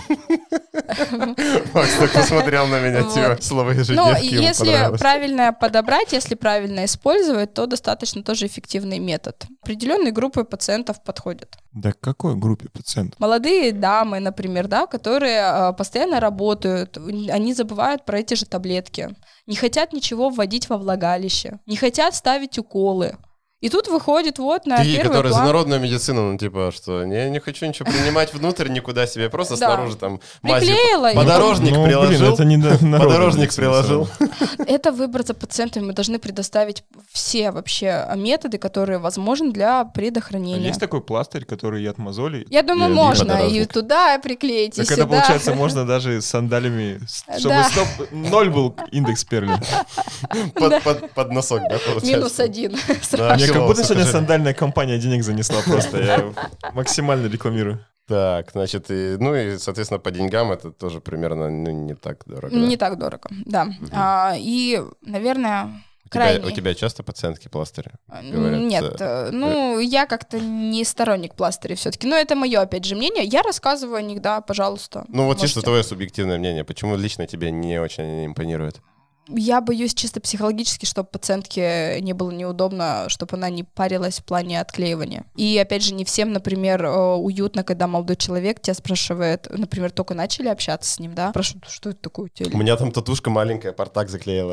Макс так посмотрел на меня, типа, слово Ну, ежедневки ему если понравилось. правильно подобрать, если правильно использовать, то достаточно тоже эффективный метод. Определенные группы пациентов подходят. Да к какой группе пациентов? Молодые дамы, например, да, которые э, постоянно работают, они забывают про эти же таблетки, не хотят ничего вводить во влагалище, не хотят ставить уколы. И тут выходит вот на Такие, первый которые за план. народную медицину, ну, типа, что не, не хочу ничего принимать внутрь никуда себе, просто Да. снаружи там мазью Приклеила и- подорожник Ну, блин, приложил, это не до- народная подорожник медицина, приложил. Это выбор за пациентами. Мы должны предоставить все вообще методы, которые возможны для А предохранения. есть такой пластырь, который и от мозолей? Я думаю, и- и можно и подорожник. туда приклеить, и Так это, сюда. получается, можно даже с сандалями, с- чтобы Да. стоп, ноль был индекс Перли. Под, под- под носок, да, получается? Минус один. Да, Мне как Ахиллова будто сегодня сухожилие. сандальная компания денег занесла просто. Я максимально рекламирую. Так, значит, и, ну и, соответственно, по деньгам это тоже примерно ну, не так дорого. да? Не так дорого, да. А, и, наверное, У тебя, крайне... у тебя часто пациентки пластыри? говорят, Нет, э, э, ну, я как-то не сторонник пластырей все-таки. Но это мое, опять же, мнение. Я рассказываю о них, да, пожалуйста. Ну вот можете. чисто твое субъективное мнение. Почему лично тебе не очень импонирует? Я боюсь чисто психологически, чтобы пациентке не было неудобно, чтобы она не парилась в плане отклеивания. И, опять же, не всем, например, э, уютно, когда молодой человек тебя спрашивает, например, только начали общаться с ним, да, спрашивают, что это такое у тебя? У меня там татушка маленькая, портак заклеила.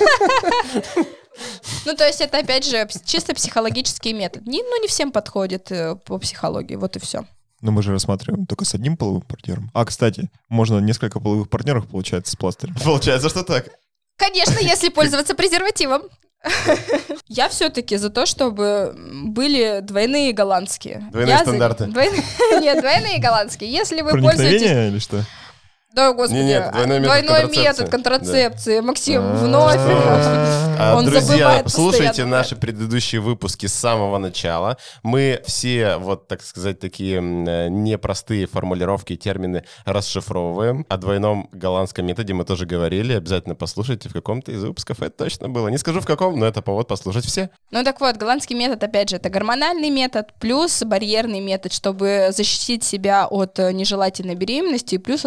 Ну, то есть это, опять же, пс- чисто психологический метод. Не, ну, не всем подходит э, по психологии, вот и все. Но мы же рассматриваем только с одним половым партнером. А, кстати, можно несколько половых партнеров, получается, с пластырем. Получается, что так. Конечно, если пользоваться презервативом. Я все-таки за то, чтобы были двойные голландские. Двойные Я за- стандарты. двойные- Нет, двойные голландские. Если вы пользуетесь... Проникновение или что? Да, господи. Не-нет, двойной метод двойной контрацепции. метод контрацепции. Максим, А. вновь. А, Он друзья, забывает слушайте постоянно. наши предыдущие выпуски с самого начала. Мы все, вот так сказать, такие м, э, непростые формулировки и термины расшифровываем. О двойном голландском методе мы тоже говорили. Обязательно послушайте в каком-то из выпусков. Это точно было. Не скажу в каком, но это повод послушать все. Ну так вот, голландский метод, опять же, это гормональный метод плюс барьерный метод, чтобы защитить себя от э, нежелательной беременности и плюс от инфекций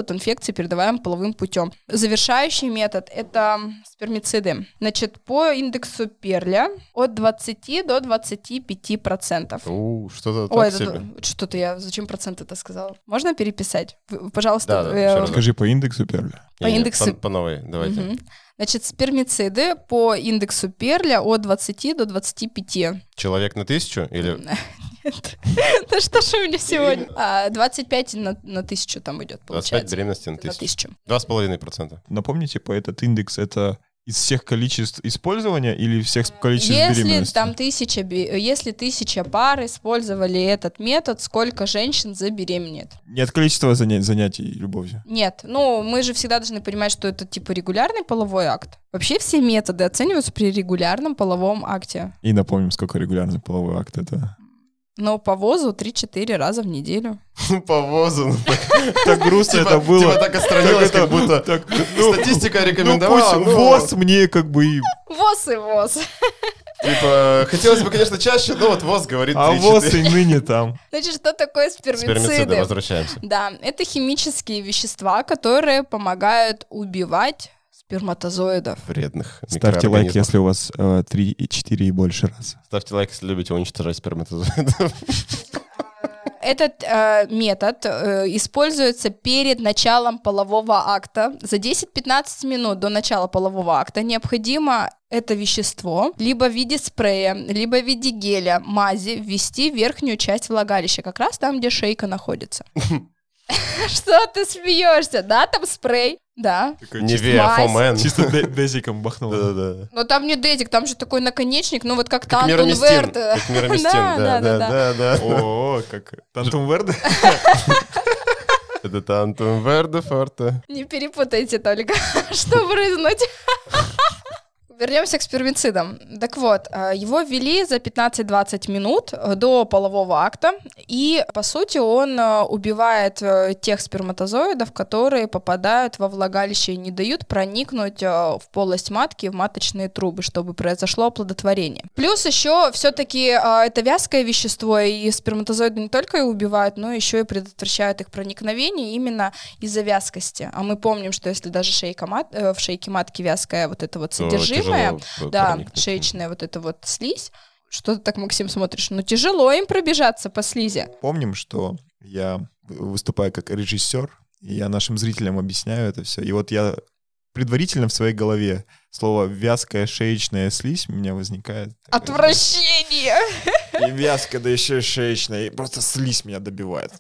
инфекций, передаваемых половым путем. Завершающий метод — это спермициды. Значит, по индексу Перля от двадцати до двадцати пяти процентов. У, что-то так Ой, себе. это, что-то я... Зачем процент это сказала? Можно переписать? Вы, пожалуйста. Да, да, э, еще раз. Скажи по индексу Перля. По Не-не, индексу- По, по новой, давайте. Мгм. Значит, спермициды по индексу Перля от двадцати до двадцати пяти. Человек на тысячу или... Нет. Да что ж у меня сегодня? А, двадцать пять на, на тысячу там идет, двадцать пять получается. беременности на На тысячу. тысячу. Два с половиной процента. Напомните, по этот индекс это из всех количеств использования или всех количеств Если беременности? там тысяча, би- если тысяча пар использовали этот метод, сколько женщин забеременеет? Не от количества занятий, занятий любовью. Нет, ну мы же всегда должны понимать, что это типа регулярный половой акт. Вообще все методы оцениваются при регулярном половом акте. И напомним, сколько регулярный половой акт это. Но по ВОЗу три-четыре раза в неделю. По ВОЗу. ну, так- Так грустно Типа это было. типа так отстранилось, Так как будто так, ну, статистика Ну рекомендовала. пусть но, ВОЗ мне как бы и... ВОЗ и ВОЗ. Типа, хотелось бы, конечно, чаще, но вот ВОЗ говорит А ВОЗ три-четыре. и ныне там. Значит, что такое Спермициды, спермициды? возвращаемся. Да, это химические вещества, которые помогают убивать сперматозоидов. Вредных Ставьте лайк, микроорганизмов. если у вас э, три, четыре и больше раз. Ставьте лайк, если любите уничтожать сперматозоидов. Этот э, метод э, используется перед началом полового акта. За десять-пятнадцать минут до начала полового акта необходимо это вещество либо в виде спрея, либо в виде геля, мази ввести в верхнюю часть влагалища, как раз там, где шейка находится. Что ты смеешься? Да, там спрей. Да. Невея, мазь. Фомен. Чисто де- дезиком бахнул. Да-да-да. Но там не дезик, там же такой наконечник, ну вот как Как Тантун мироместин. Верт. Как мироместин, Да, да, да, да-да-да. О, как Тантум Верде. Это Тантум Верде Форте. Не перепутайте только, что брызнуть. Вернемся к спермицидам. Так вот, э, его ввели за пятнадцать-двадцать минут до полового акта, и, по сути, он э, убивает э, тех сперматозоидов, которые попадают во влагалище и не дают проникнуть э, в полость матки, в маточные трубы, чтобы произошло оплодотворение. Плюс еще все-таки э, это вязкое вещество, и сперматозоиды не только и убивают, но еще и предотвращают их проникновение именно из-за вязкости. А мы помним, что если даже шейка мат, э, в шейке матки вязкая вот это вот содержимое, да, шеечная вот эта вот слизь. Что ты так, Максим, смотришь? Ну, тяжело им пробежаться по слизи. Помним, что я выступаю как режиссер, и я нашим зрителям объясняю это все. И вот я предварительно в своей голове слово «вязкая шеечная слизь» у меня возникает. Отвращение! И вязкая, да еще и шеечная, и просто слизь меня добивает.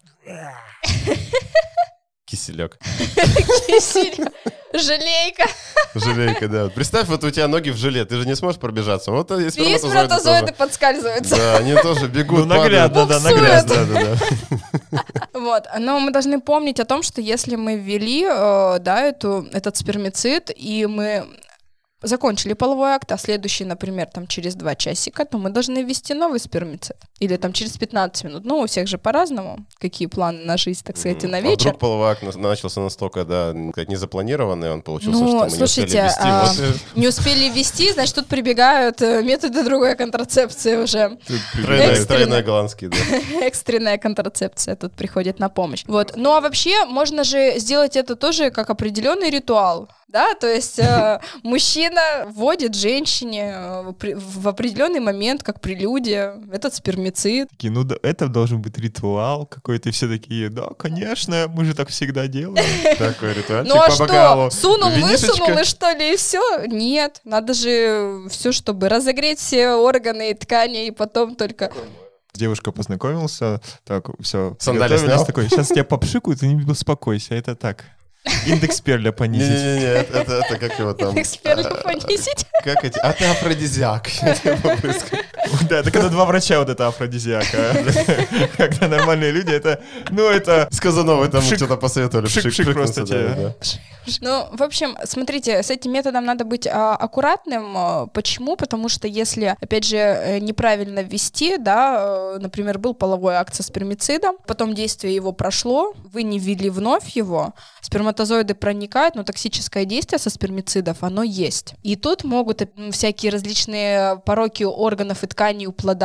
Киселек. Кисель. Желейка. Желейка, да. Представь, вот у тебя ноги в желе, ты же не сможешь пробежаться. Вот и И сперматозоиды сперматозоиды тоже. подскальзываются. Да, они тоже бегут, Ну, наглядно, да, Буксуют. наглядно. Да, да, да. Вот, но мы должны помнить о том, что если мы ввели, э, да, эту, этот спермицид, и мы закончили половой акт, а следующий, например, там через два часика, то мы должны ввести новый спермицид. Или там через пятнадцать минут. Ну, у всех же по-разному, какие планы на жизнь, так сказать, и на А вечер. вдруг половой акт начался настолько, да, как незапланированный, он получился, Ну, что мы слушайте, не успели ввести. а, Вот и Не успели ввести, значит, тут прибегают э, методы другой контрацепции уже. тройной, экстренно. тройной голландский, да. Экстренная контрацепция тут приходит на помощь. Вот. Ну а вообще можно же сделать это тоже как определенный ритуал. Да, то есть э, мужчина вводит женщине э, при- в определенный момент, как прелюдия, этот спермицид. Такие, ну да, это должен быть ритуал какой-то, и все такие, да, конечно, мы же так всегда делаем. Такой ритуальчик Ну а по что, богалу. сунул, Винишечка. высунул и что ли, и все? Нет, надо же все, чтобы разогреть все органы и ткани, и потом только... Девушка познакомился, так, все, Сандали снял? такой, сейчас тебя попшикают, и не успокойся, это так. Индекс Перля понизить. Не-не-не, это, это, это как его там... Эксперту понизить. Как эти? А ты афродизиак. Я тебе попрыскаю. Да, это когда два врача вот это афродизиака. Когда нормальные люди, это, ну это... С Казановой там Пшик. что-то посоветовали. Пшик, Пшик, пшик пшикнуться, просто да, тебе. да. Ну, в общем, смотрите, с этим методом надо быть а, аккуратным. А, Почему? Потому что если, опять же, э, неправильно ввести, да, э, например, был половой акт со спермицидом, потом действие его прошло, вы не ввели вновь его, сперматозоиды проникают, но токсическое действие со спермицидов, оно есть. И тут могут м, всякие различные пороки органов и тканей у плода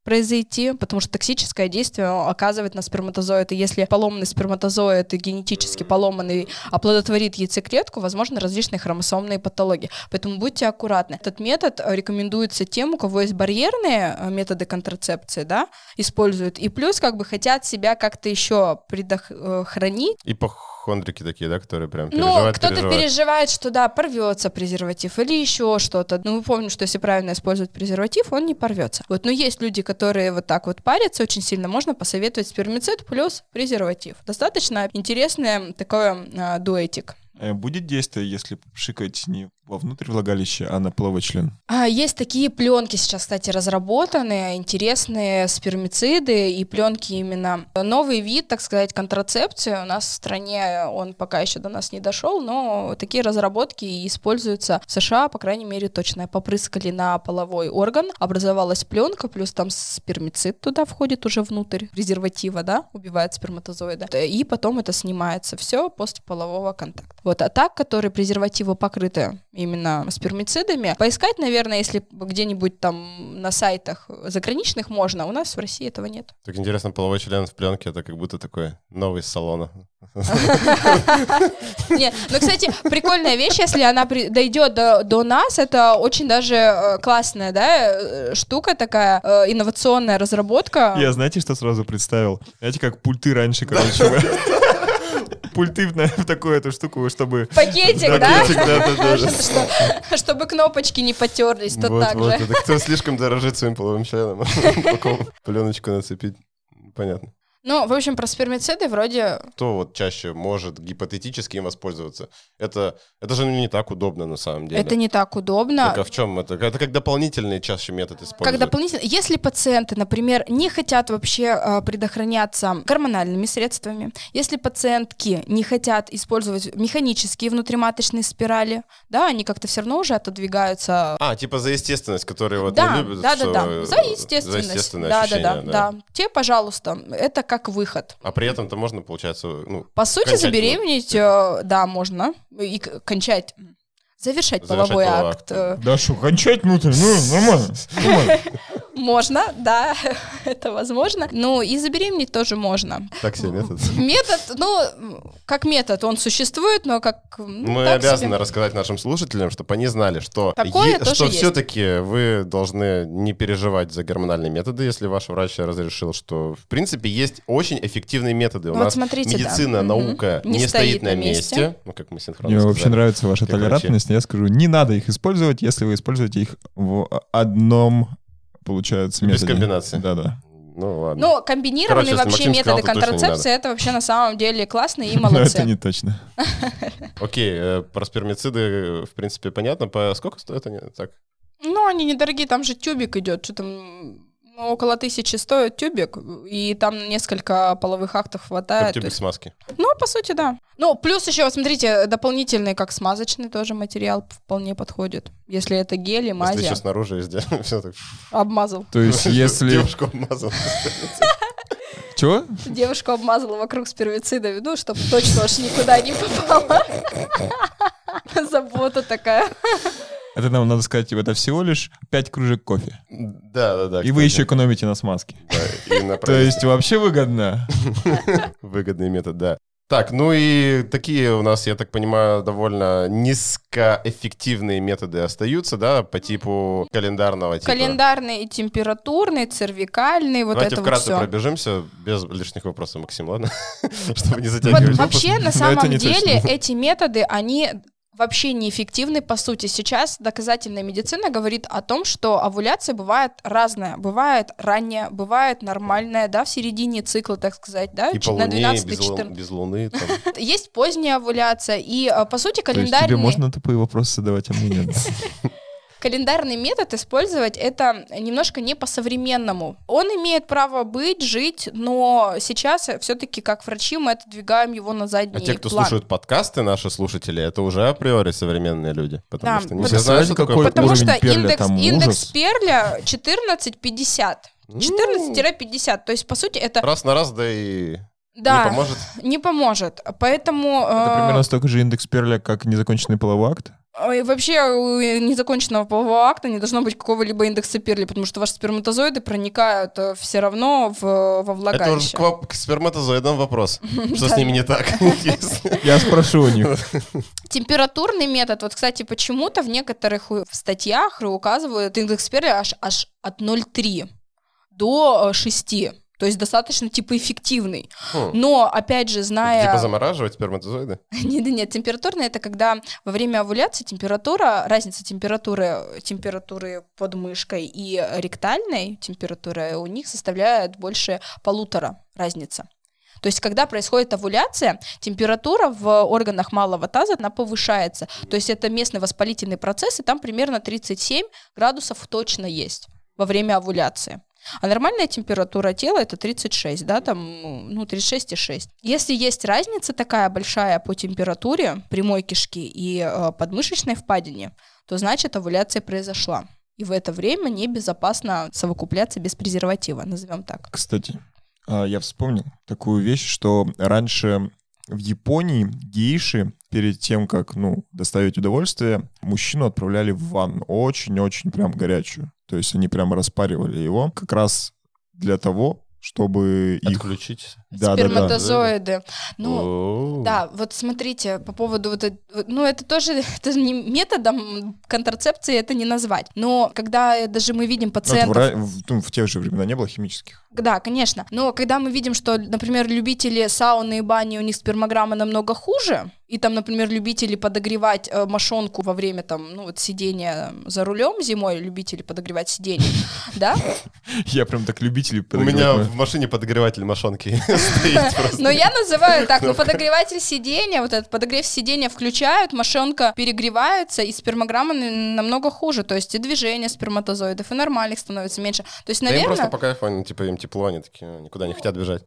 произойти, потому что токсическое действие оказывает на сперматозоид. И если поломанный сперматозоид и генетически поломанный оплодотворит яйцеклетку, возможно, различные хромосомные патологии. Поэтому будьте аккуратны. Этот метод рекомендуется тем, у кого есть барьерные методы контрацепции, да, используют, и плюс как бы хотят себя как-то еще предохранить. Ипохондрики такие, да, которые прям переживают, Ну, кто-то переживают. переживает, что да, порвется презерватив или еще что-то. Ну, мы помним, что если правильно использовать презерватив, он не порвется. Вот, но есть люди, которые вот так вот парятся очень сильно, можно посоветовать спермицид плюс презерватив. Достаточно интересный такой э, дуэтик. Будет действие, если пшикать не вовнутрь влагалища, а на половой член? А, есть такие пленки сейчас, кстати, разработаны, интересные спермициды и пленки именно. Новый вид, так сказать, контрацепции у нас в стране, он пока еще до нас не дошел, но такие разработки используются в США, по крайней мере, точно. Попрыскали на половой орган, образовалась пленка, плюс там спермицид туда входит уже внутрь презерватива, да, убивает сперматозоиды, и потом это снимается все после полового контакта. Вот, а так, которые презервативы покрыты именно спермицидами, поискать, наверное, если где-нибудь там на сайтах заграничных можно, у нас в России этого нет. Так интересно, половой член в пленке, это как будто такой новый из салона. Не, ну, кстати, прикольная вещь, если она дойдет до нас, это очень даже классная, да, штука такая, инновационная разработка. Я, знаете, что сразу представил? Знаете, как пульты раньше, короче, пульты в такую эту штуку, чтобы... Пакетик, да? Пакетик, да-да-да. Что- Чтобы кнопочки не потерлись, то Вот, так вот, же. это кто слишком дорожит своим половым членом. Такую пленочку нацепить. Понятно. Ну, в общем, про спермициды вроде... Кто вот чаще может гипотетически им воспользоваться? Это, это же не так удобно на самом деле. Это не так удобно. Так а в чем это? Это как дополнительный чаще метод использовать. Как дополнительно, если пациенты, например, не хотят вообще э, предохраняться гормональными средствами, если пациентки не хотят использовать механические внутриматочные спирали, да, они как-то все равно уже отодвигаются. А, типа за естественность, которые вот Да, не любят. да, да, что, да, э, за естественность. За естественное да, ощущение, да, да, да. Те, пожалуйста, это как выход. А при этом-то можно, получается, ну, По сути, кончать, забеременеть, э, да, можно. И к- кончать, завершать, Завершать половой половой акт. акт. Да что, кончать внутрь? Ну, нормально. нормально. Можно, да, это возможно. Ну, и забеременеть тоже можно. так себе метод. Метод, ну, как метод, он существует, но как... ну, Мы так обязаны себе. рассказать нашим слушателям, чтобы они знали, что, Такое е- тоже что есть. все-таки вы должны не переживать за гормональные методы, если ваш врач разрешил, что, в принципе, есть очень эффективные методы. У Ну, вот нас смотрите, да. медицина, Мгм. наука Не не, стоит стоит на на месте. месте. Ну, как мы синхронно Мне сказали. вообще нравится ваша Как толерантность. Я скажу, не надо их использовать, если вы используете их в одном, получается, Без методе. комбинации. Да-да. Ну, ладно. Ну, комбинированные Короче, если вообще Максим сказал, методы то точно не контрацепции, надо. это вообще на самом деле классно и Но молодцы. это не точно. Окей, э, про спермициды, в принципе, понятно. По сколько стоят они? Так. Ну, они недорогие, там же тюбик идет, что там... ну, около тысячи стоит тюбик, и там несколько половых актов хватает. Как то тюбик есть- смазки. Ну, по сути, да. Ну, плюс еще, вот смотрите, дополнительный, как смазочный тоже материал вполне подходит. Если это гель и Если мазь, еще снаружи везде все так. обмазал. То есть, если... Девушку обмазал. Чего? Девушку обмазала вокруг спермицидами, ну, чтобы точно уж никуда не попала. Забота такая. Это нам надо сказать, типа, это всего лишь пять кружек кофе. Да, да, да. И вы еще экономите на смазке. Да, и на То есть вообще выгодно. выгодный метод, да. Так, ну и такие у нас, я так понимаю, довольно низкоэффективные методы остаются, да, по типу календарного типа. Календарный и температурный, цервикальный, вот Давайте это вот вкратце все. пробежимся, без лишних вопросов, Максим, ладно? Чтобы не Вот затягивать. вообще, на это самом не деле, точно. эти методы, они вообще неэффективны по сути. Сейчас доказательная медицина говорит о том, что овуляция бывает разная. Бывает ранняя, бывает нормальная, да, в середине цикла, так сказать, да, И по чуть на луне, и двенадцатый без, лун- четырнадцатый. без луны. там. Есть поздняя овуляция, и, а, по сути, То есть календарный... тебе можно тупые вопросы задавать, а мне нет. Календарный метод использовать это немножко не по-современному. Он имеет право быть, жить, но сейчас все-таки как врачи мы отодвигаем его на задний А те, кто план. слушают подкасты, наши слушатели, это уже априори современные люди. Потому Да, что не потому все знают, что какой такое. Потому уровень что перля индекс, там индекс ужас. перля четырнадцать пятьдесят. четырнадцать пятьдесят. То есть, по сути, это... Раз на раз, да и Да, не поможет. не поможет. Поэтому... Это э, примерно столько же индекс перля, как незаконченный половой акт? И вообще у незаконченного полового акта не должно быть какого-либо индекса Пирли, потому что ваши сперматозоиды проникают все равно в, во влагалище. Это уже к, к сперматозоидам вопрос. Что с ними не так? Я спрошу у них. Температурный метод. Вот, кстати, почему-то в некоторых статьях указывают индекс Пирли аж, аж от ноль целых три до шести. То есть достаточно, типа, эффективный. Хм. Но, опять же, зная... Типа замораживать сперматозоиды? Нет, нет, температурный — это когда во время овуляции температура, разница температуры, температуры под мышкой и ректальной температуры у них составляет больше полутора разница. То есть, когда происходит овуляция, температура в органах малого таза, она повышается. То есть, это местный воспалительный процесс, и там примерно тридцать семь градусов точно есть во время овуляции. А нормальная температура тела это тридцать шесть, да, там, ну, тридцать шесть и шесть. Если есть разница такая большая по температуре прямой кишки и э, подмышечной впадине, то значит овуляция произошла. И в это время небезопасно совокупляться без презерватива, назовем так. Кстати, я вспомнил такую вещь, что раньше в Японии гейши перед тем, как, ну, доставить удовольствие, мужчину отправляли в ванну, очень-очень прям горячую. То есть они прямо распаривали его как раз для того, чтобы их... Отключить. Да, сперматозоиды. Да, да. Ну, О-о-о. да, вот смотрите, по поводу вот это, ну, это тоже, это не методом контрацепции это не назвать. Но когда даже мы видим пациентов... В, в, ну, в те же времена не было химических. Да, конечно. Но когда мы видим, что, например, любители сауны и бани, у них спермограмма намного хуже, и там, например, любители подогревать э, мошонку во время там, ну, вот сидения за рулем зимой, любители подогревать сиденье, да? Я прям так любитель У меня в машине подогреватель мошонки стоит просто. Но я называю так, ну, подогреватель сиденья, вот этот подогрев сиденья включают, мошонка перегревается, и спермограмма намного хуже, то есть и движение сперматозоидов, и нормальных становится меньше. То есть, наверное... Да им просто по кайфу, они, типа, им тепло, они такие никуда не хотят бежать.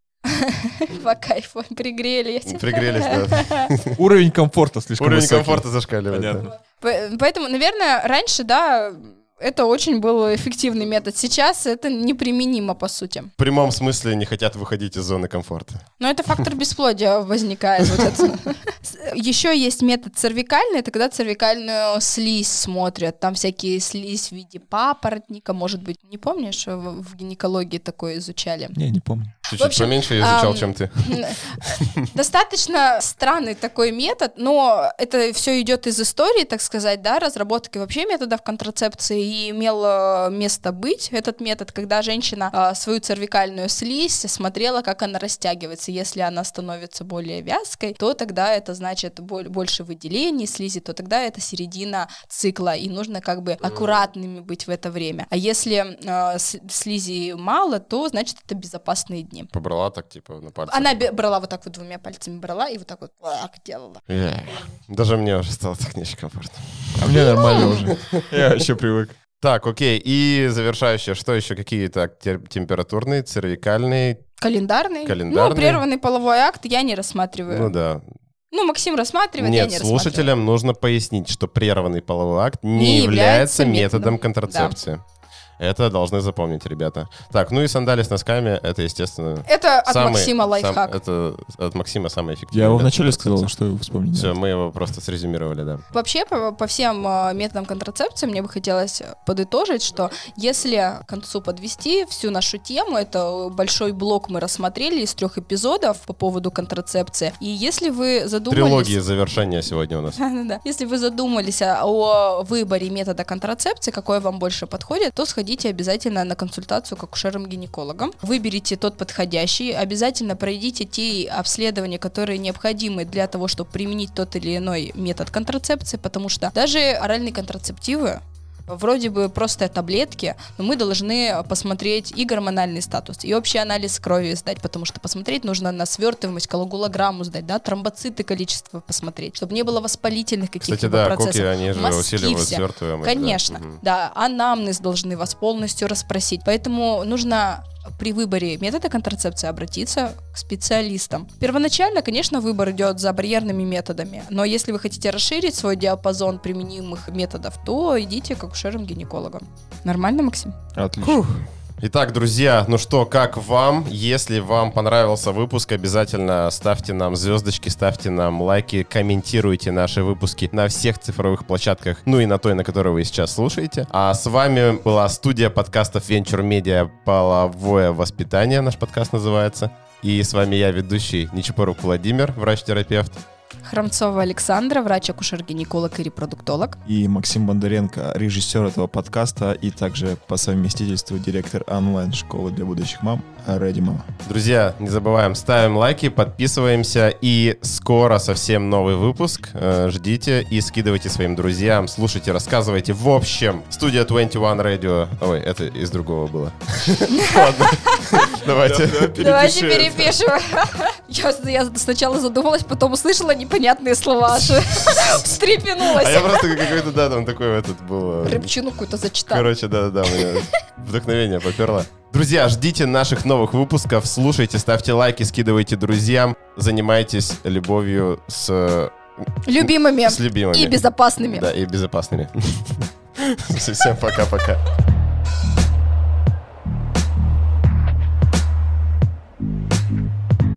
По кайфу, пригрели. Пригрелись, да. Уровень комфорта слишком Уровень высокий. комфорта зашкаливает. Поэтому, наверное, раньше, да, это очень был эффективный метод. Сейчас это неприменимо, по сути. В прямом смысле не хотят выходить из зоны комфорта. Но это фактор бесплодия возникает. Вот это. Еще есть метод цервикальный, это когда цервикальную слизь смотрят. Там всякие слизь в виде папоротника, может быть. Не помнишь, в, в гинекологии такое изучали? Не, не помню. Чуть-чуть общем, поменьше изучал, эм, чем ты. Достаточно странный такой метод, но это все идет из истории, так сказать, да, разработки вообще методов контрацепции, и имел место быть этот метод, когда женщина а, свою цервикальную слизь смотрела, как она растягивается. Если она становится более вязкой, то тогда это значит больше выделений слизи, то тогда это середина цикла, и нужно как бы аккуратными быть в это время. А если а, слизи мало, то значит это безопасные дни. Побрала так, типа, на пальцах? Она брала вот так вот двумя пальцами, брала и вот так вот так делала. Yeah. Даже мне уже стало так не очень комфортно. А мне нормально уже. Я еще привык. Так, окей. И завершающее, что еще? Какие-то температурные, цервикальные? Календарный. Календарный. Ну, прерванный половой акт я не рассматриваю. Ну да. Ну, Максим рассматривает, Нет, я не слушателям нужно пояснить, что прерванный половой акт не, не является, является методом, методом контрацепции. Да. Это должны запомнить, ребята. Так, ну и сандали с носками, это, естественно... Это от самый, Максима лайфхак. Сам, это от Максима самый эффективный. Я его вначале сказал, что его вспомнить. Все, мы его просто срезюмировали, да. Вообще, по, по всем uh, методам контрацепции мне бы хотелось подытожить, что если к концу подвести всю нашу тему, это большой блок мы рассмотрели из трех эпизодов по поводу контрацепции, и если вы задумались... Трилогия завершения сегодня у нас. Да-да-да. Если вы задумались о выборе метода контрацепции, какой вам больше подходит, то сходите Идите обязательно на консультацию к акушерам-гинекологам. Выберите тот подходящий. Обязательно пройдите те обследования, которые необходимы для того, чтобы применить тот или иной метод контрацепции, потому что даже оральные контрацептивы вроде бы просто таблетки, но мы должны посмотреть и гормональный статус, и общий анализ крови сдать, потому что посмотреть нужно на свертываемость, коагулограмму сдать, да, тромбоциты количество посмотреть, чтобы не было воспалительных каких-то Кстати, да, процессов. Кстати, да, они же Мазки усиливают все. свертываемость. Конечно, да. Угу. да, анамнез должны вас полностью расспросить, поэтому нужно при выборе метода контрацепции обратиться к специалистам. Первоначально, конечно, выбор идет за барьерными методами, но если вы хотите расширить свой диапазон применимых методов, то идите к акушерам-гинекологам. Нормально, Максим? Отлично. Фух. Итак, друзья, ну что, как вам? Если вам понравился выпуск, обязательно ставьте нам звездочки, ставьте нам лайки, комментируйте наши выпуски на всех цифровых площадках, ну и на той, на которой вы сейчас слушаете. А с вами была студия подкастов Venture Media «Половое воспитание», наш подкаст называется. И с вами я, ведущий Нечипорук Владимир, врач-терапевт. Храмцова Александра, врач-акушер-гинеколог и репродуктолог. И Максим Бондаренко, режиссер этого подкаста и также по совместительству директор онлайн-школы для будущих мам Ready Mama. Друзья, не забываем, ставим лайки, подписываемся, и скоро совсем новый выпуск. Ждите и скидывайте своим друзьям, слушайте, рассказывайте. В общем, студия двадцать один Radio... Ой, это из другого было. Ладно, давайте. Давайте перепишем. Я сначала задумалась, потом услышала непонятные слова, аж встрепенулась. А я просто какой-то, да, там такой этот был... Рыбчину какую-то зачитала. Короче, да-да-да, у меня вдохновение поперло. Друзья, ждите наших новых выпусков, слушайте, ставьте лайки, скидывайте друзьям, занимайтесь любовью с... Любимыми. С любимыми. И безопасными. Да, и безопасными. Всем пока-пока.